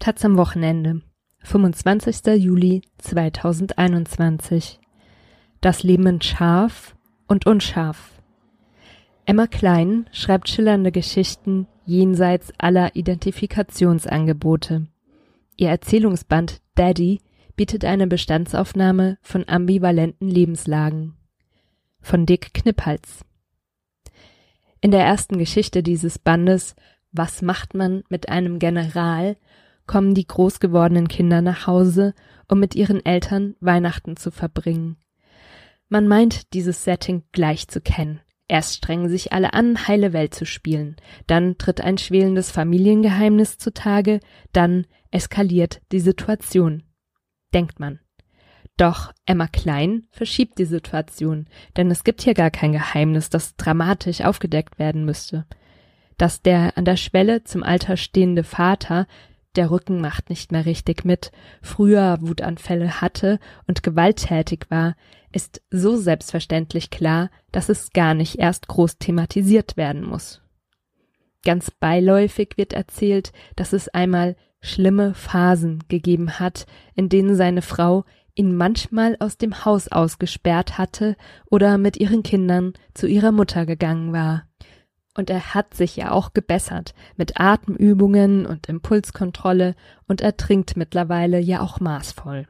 Taz am Wochenende, 25. Juli 2021. Das Leben scharf und unscharf. Emma Klein schreibt schillernde Geschichten jenseits aller Identifikationsangebote. Ihr Erzählungsband Daddy bietet eine Bestandsaufnahme von ambivalenten Lebenslagen. Von Dick Kniphals. In der ersten Geschichte dieses Bandes »Was macht man mit einem General?« kommen die groß gewordenen Kinder nach Hause, um mit ihren Eltern Weihnachten zu verbringen. Man meint, dieses Setting gleich zu kennen. Erst strengen sich alle an, heile Welt zu spielen. Dann tritt ein schwelendes Familiengeheimnis zutage. Dann eskaliert die Situation. Denkt man. Doch Emma Klein verschiebt die Situation, denn es gibt hier gar kein Geheimnis, das dramatisch aufgedeckt werden müsste. Dass der an der Schwelle zum Alter stehende Vater, der Rücken macht nicht mehr richtig mit, früher Wutanfälle hatte und gewalttätig war, ist so selbstverständlich klar, dass es gar nicht erst groß thematisiert werden muss. Ganz beiläufig wird erzählt, dass es einmal schlimme Phasen gegeben hat, in denen seine Frau ihn manchmal aus dem Haus ausgesperrt hatte oder mit ihren Kindern zu ihrer Mutter gegangen war. Und er hat sich ja auch gebessert mit Atemübungen und Impulskontrolle und er trinkt mittlerweile ja auch maßvoll.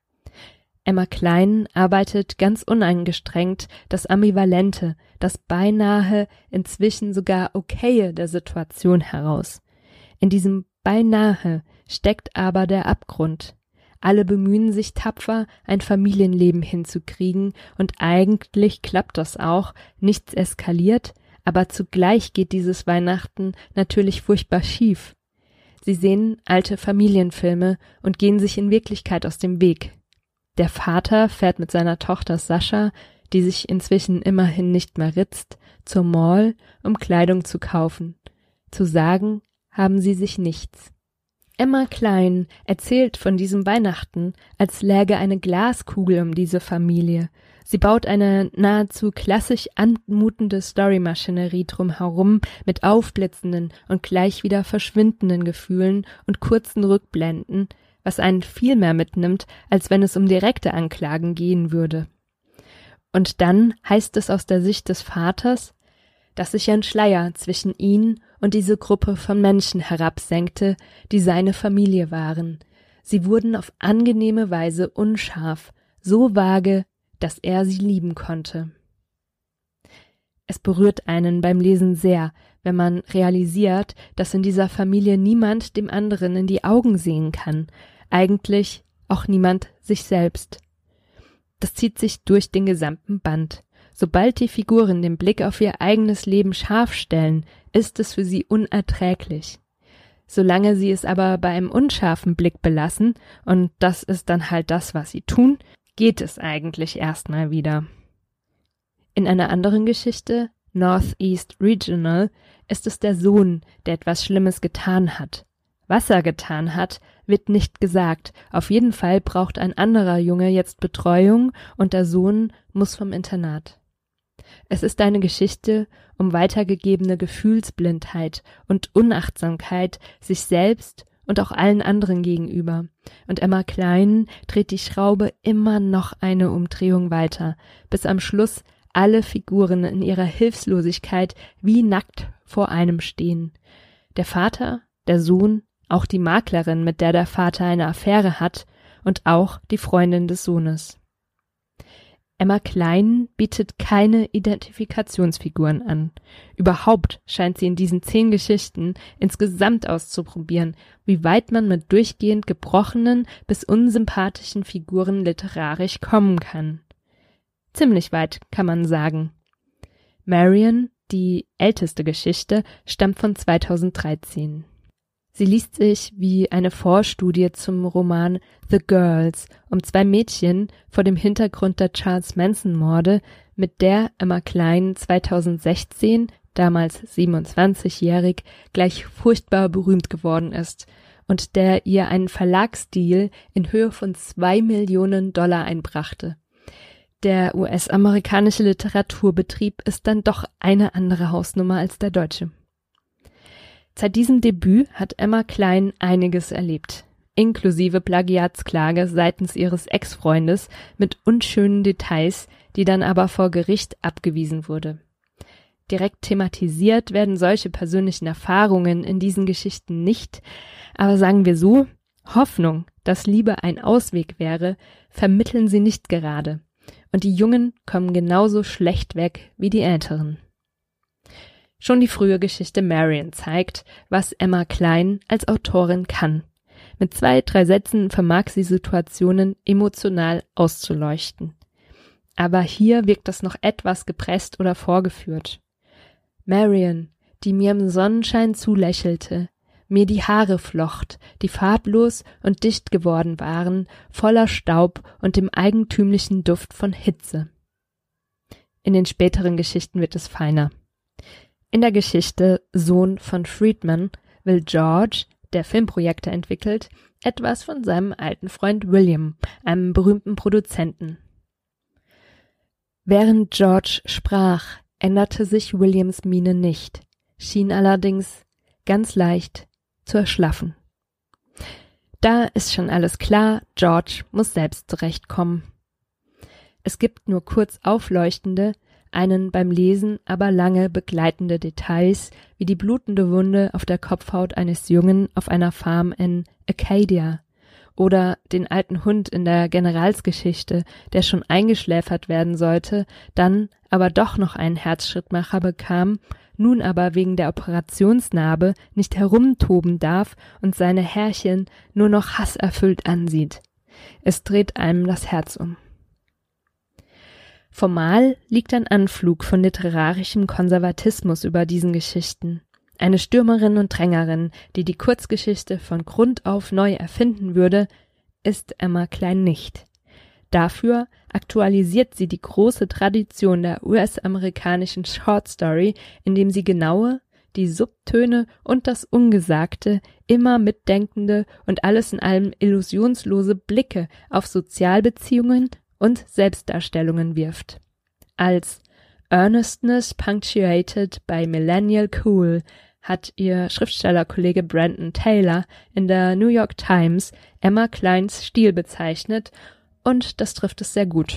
Emma Klein arbeitet ganz unangestrengt das Ambivalente, das beinahe inzwischen sogar Okaye der Situation heraus. In diesem beinahe steckt aber der Abgrund. Alle bemühen sich tapfer, ein Familienleben hinzukriegen und eigentlich klappt das auch, nichts eskaliert, aber zugleich geht dieses Weihnachten natürlich furchtbar schief. Sie sehen alte Familienfilme und gehen sich in Wirklichkeit aus dem Weg. Der Vater fährt mit seiner Tochter Sascha, die sich inzwischen immerhin nicht mehr ritzt, zur Mall, um Kleidung zu kaufen. Zu sagen haben sie sich nichts. Emma Klein erzählt von diesem Weihnachten, als läge eine Glaskugel um diese Familie. Sie baut eine nahezu klassisch anmutende Storymaschinerie drumherum mit aufblitzenden und gleich wieder verschwindenden Gefühlen und kurzen Rückblenden, was einen viel mehr mitnimmt, als wenn es um direkte Anklagen gehen würde. Und dann heißt es aus der Sicht des Vaters, dass sich ein Schleier zwischen ihn und diese Gruppe von Menschen herabsenkte, die seine Familie waren. Sie wurden auf angenehme Weise unscharf, so vage, dass er sie lieben konnte. Es berührt einen beim Lesen sehr, wenn man realisiert, dass in dieser Familie niemand dem anderen in die Augen sehen kann, eigentlich auch niemand sich selbst. Das zieht sich durch den gesamten Band. Sobald die Figuren den Blick auf ihr eigenes Leben scharf stellen, ist es für sie unerträglich. Solange sie es aber bei einem unscharfen Blick belassen, und das ist dann halt das, was sie tun, geht es eigentlich erstmal wieder. In einer anderen Geschichte, Northeast Regional, ist es der Sohn, der etwas Schlimmes getan hat. Was er getan hat, wird nicht gesagt. Auf jeden Fall braucht ein anderer Junge jetzt Betreuung und der Sohn muss vom Internat. Es ist eine Geschichte um weitergegebene Gefühlsblindheit und Unachtsamkeit sich selbst und auch allen anderen gegenüber. Und Emma Klein dreht die Schraube immer noch eine Umdrehung weiter, bis am Schluss alle Figuren in ihrer Hilflosigkeit wie nackt vor einem stehen. Der Vater, der Sohn, auch die Maklerin, mit der der Vater eine Affäre hat, und auch die Freundin des Sohnes. Emma Klein bietet keine Identifikationsfiguren an. Überhaupt scheint sie in diesen 10 Geschichten insgesamt auszuprobieren, wie weit man mit durchgehend gebrochenen bis unsympathischen Figuren literarisch kommen kann. Ziemlich weit, kann man sagen. Marion, die älteste Geschichte, stammt von 2013. Sie liest sich wie eine Vorstudie zum Roman The Girls um 2 Mädchen vor dem Hintergrund der Charles-Manson-Morde, mit der Emma Klein 2016, damals 27-jährig, gleich furchtbar berühmt geworden ist und der ihr einen Verlagsdeal in Höhe von $2 Millionen einbrachte. Der US-amerikanische Literaturbetrieb ist dann doch eine andere Hausnummer als der deutsche. Seit diesem Debüt hat Emma Klein einiges erlebt, inklusive Plagiatsklage seitens ihres Ex-Freundes mit unschönen Details, die dann aber vor Gericht abgewiesen wurde. Direkt thematisiert werden solche persönlichen Erfahrungen in diesen Geschichten nicht, aber sagen wir so, Hoffnung, dass Liebe ein Ausweg wäre, vermitteln sie nicht gerade. Und die Jungen kommen genauso schlecht weg wie die Älteren. Schon die frühe Geschichte Marion zeigt, was Emma Klein als Autorin kann. Mit 2, 3 Sätzen vermag sie Situationen emotional auszuleuchten. Aber hier wirkt das noch etwas gepresst oder vorgeführt. Marion, die mir im Sonnenschein zulächelte, mir die Haare flocht, die farblos und dicht geworden waren, voller Staub und dem eigentümlichen Duft von Hitze. In den späteren Geschichten wird es feiner. In der Geschichte Sohn von Friedman will George, der Filmprojekte entwickelt, etwas von seinem alten Freund William, einem berühmten Produzenten. Während George sprach, änderte sich Williams Miene nicht, schien allerdings ganz leicht zu erschlaffen. Da ist schon alles klar, George muss selbst zurechtkommen. Es gibt nur kurz aufleuchtende, einen beim Lesen aber lange begleitende Details, wie die blutende Wunde auf der Kopfhaut eines Jungen auf einer Farm in Acadia oder den alten Hund in der Generalsgeschichte, der schon eingeschläfert werden sollte, dann aber doch noch einen Herzschrittmacher bekam, nun aber wegen der Operationsnarbe nicht herumtoben darf und seine Herrchen nur noch hasserfüllt ansieht. Es dreht einem das Herz um. Formal liegt ein Anflug von literarischem Konservatismus über diesen Geschichten. Eine Stürmerin und Drängerin, die die Kurzgeschichte von Grund auf neu erfinden würde, ist Emma Klein nicht. Dafür aktualisiert sie die große Tradition der US-amerikanischen Shortstory, indem sie genaue, die Subtöne und das Ungesagte, immer mitdenkende und alles in allem illusionslose Blicke auf Sozialbeziehungen und Selbstdarstellungen wirft. Als Earnestness punctuated by millennial cool hat ihr Schriftstellerkollege Brandon Taylor in der New York Times Emma Kleins Stil bezeichnet, und das trifft es sehr gut.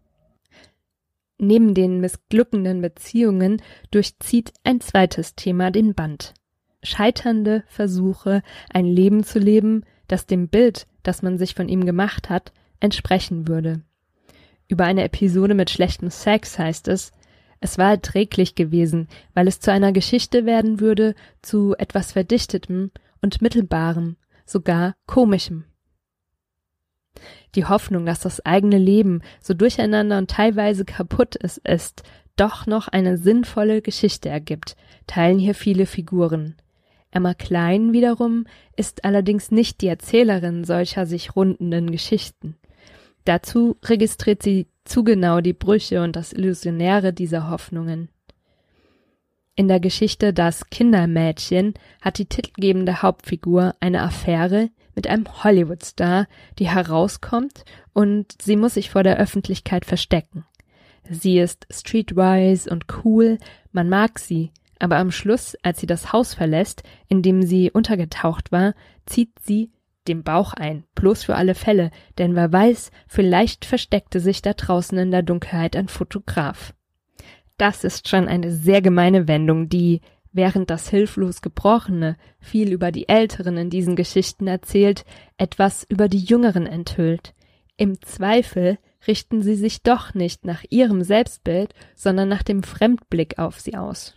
Neben den missglückenden Beziehungen durchzieht ein zweites Thema den Band. Scheiternde Versuche, ein Leben zu leben, das dem Bild, das man sich von ihm gemacht hat, entsprechen würde. Über eine Episode mit schlechtem Sex heißt es, es war erträglich gewesen, weil es zu einer Geschichte werden würde, zu etwas Verdichtetem und Mittelbarem, sogar Komischem. Die Hoffnung, dass das eigene Leben, so durcheinander und teilweise kaputt es ist, doch noch eine sinnvolle Geschichte ergibt, teilen hier viele Figuren. Emma Klein wiederum ist allerdings nicht die Erzählerin solcher sich rundenden Geschichten. Dazu registriert sie zu genau die Brüche und das Illusionäre dieser Hoffnungen. In der Geschichte Das Kindermädchen hat die titelgebende Hauptfigur eine Affäre mit einem Hollywood-Star, die herauskommt, und sie muss sich vor der Öffentlichkeit verstecken. Sie ist streetwise und cool, man mag sie, aber am Schluss, als sie das Haus verlässt, in dem sie untergetaucht war, zieht sie den Bauch ein, bloß für alle Fälle, denn wer weiß, vielleicht versteckte sich da draußen in der Dunkelheit ein Fotograf. Das ist schon eine sehr gemeine Wendung, die, während das hilflos Gebrochene viel über die Älteren in diesen Geschichten erzählt, etwas über die Jüngeren enthüllt. Im Zweifel richten sie sich doch nicht nach ihrem Selbstbild, sondern nach dem Fremdblick auf sie aus.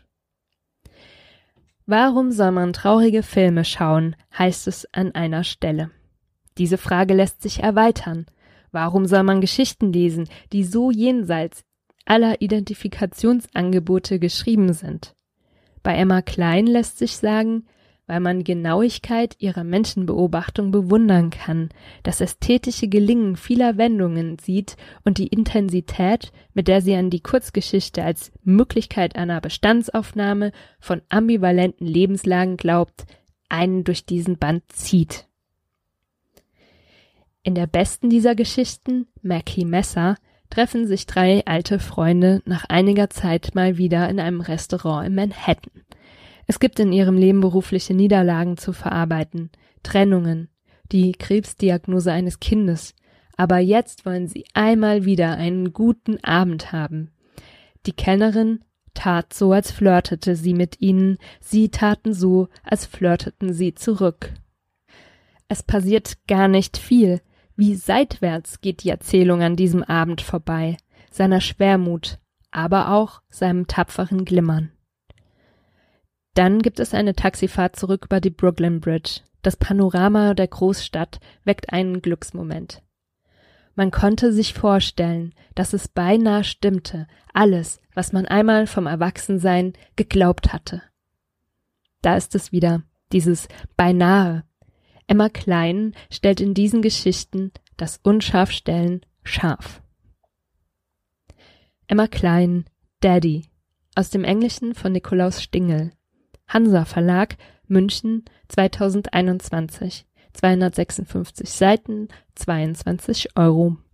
Warum soll man traurige Filme schauen, heißt es an einer Stelle. Diese Frage lässt sich erweitern. Warum soll man Geschichten lesen, die so jenseits aller Identifikationsangebote geschrieben sind? Bei Emma Klein lässt sich sagen, weil man Genauigkeit ihrer Menschenbeobachtung bewundern kann, das ästhetische Gelingen vieler Wendungen sieht und die Intensität, mit der sie an die Kurzgeschichte als Möglichkeit einer Bestandsaufnahme von ambivalenten Lebenslagen glaubt, einen durch diesen Band zieht. In der besten dieser Geschichten, Mackie Messer, treffen sich 3 alte Freunde nach einiger Zeit mal wieder in einem Restaurant in Manhattan. Es gibt in ihrem Leben berufliche Niederlagen zu verarbeiten, Trennungen, die Krebsdiagnose eines Kindes, aber jetzt wollen sie einmal wieder einen guten Abend haben. Die Kellnerin tat so, als flirtete sie mit ihnen, sie taten so, als flirteten sie zurück. Es passiert gar nicht viel, wie seitwärts geht die Erzählung an diesem Abend vorbei, seiner Schwermut, aber auch seinem tapferen Glimmern. Dann gibt es eine Taxifahrt zurück über die Brooklyn Bridge. Das Panorama der Großstadt weckt einen Glücksmoment. Man konnte sich vorstellen, dass es beinahe stimmte, alles, was man einmal vom Erwachsensein geglaubt hatte. Da ist es wieder, dieses beinahe. Emma Klein stellt in diesen Geschichten das Unscharfstellen scharf. Emma Klein, Daddy, aus dem Englischen von Nikolaus Stingel. Hansa Verlag, München, 2021, 256 Seiten, 22 €.